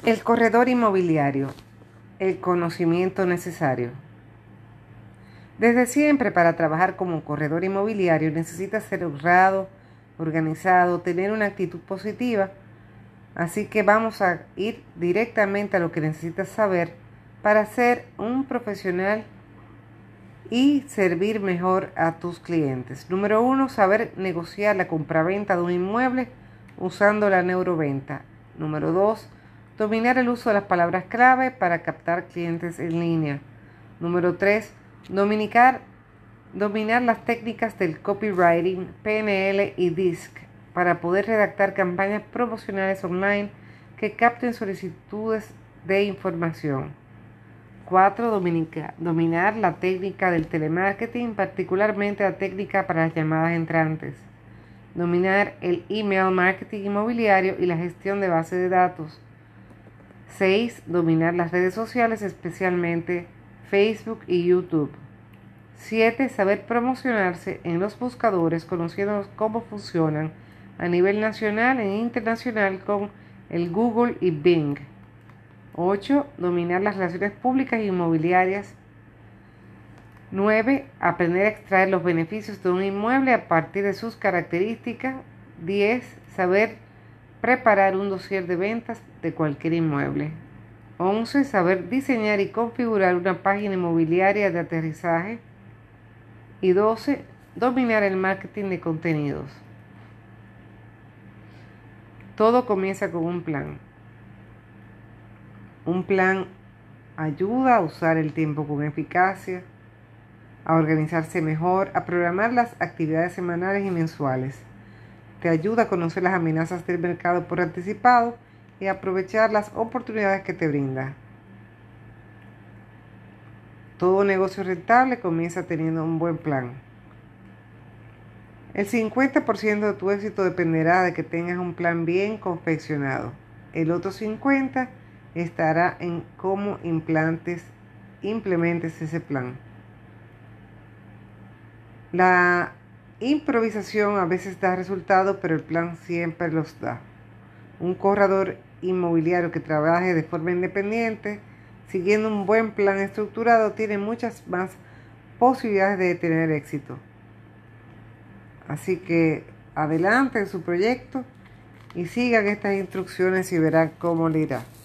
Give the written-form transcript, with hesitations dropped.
El corredor inmobiliario, el conocimiento necesario. Desde siempre, para trabajar como corredor inmobiliario necesitas ser honrado, organizado, tener una actitud positiva. Así que vamos a ir directamente a lo que necesitas saber para ser un profesional y servir mejor a tus clientes. Número 1, saber negociar la compraventa de un inmueble usando la neuroventa. Número 2, dominar el uso de las palabras clave para captar clientes en línea. Número 3, dominar las técnicas del copywriting, PNL y DISC para poder redactar campañas promocionales online que capten solicitudes de información. 4, dominar la técnica del telemarketing, particularmente la técnica para las llamadas entrantes. Dominar el email marketing inmobiliario y la gestión de base de datos. 6, dominar las redes sociales, especialmente Facebook y YouTube. 7, saber promocionarse en los buscadores, conociendo cómo funcionan a nivel nacional e internacional con el Google y Bing. 8, dominar las relaciones públicas e inmobiliarias. 9, aprender a extraer los beneficios de un inmueble a partir de sus características. 10, saber preparar un dossier de ventas de cualquier inmueble. 11, saber diseñar y configurar una página inmobiliaria de aterrizaje. Y 12, dominar el marketing de contenidos. Todo comienza con un plan. Un plan ayuda a usar el tiempo con eficacia, a organizarse mejor, a programar las actividades semanales y mensuales. Te ayuda a conocer las amenazas del mercado por anticipado y a aprovechar las oportunidades que te brinda. Todo negocio rentable comienza teniendo un buen plan. El 50% de tu éxito dependerá de que tengas un plan bien confeccionado. El otro 50% estará en cómo implementes ese plan. La improvisación a veces da resultados, pero el plan siempre los da. Un corredor inmobiliario que trabaje de forma independiente, siguiendo un buen plan estructurado, tiene muchas más posibilidades de tener éxito. Así que adelante en su proyecto y sigan estas instrucciones y verán cómo le irá.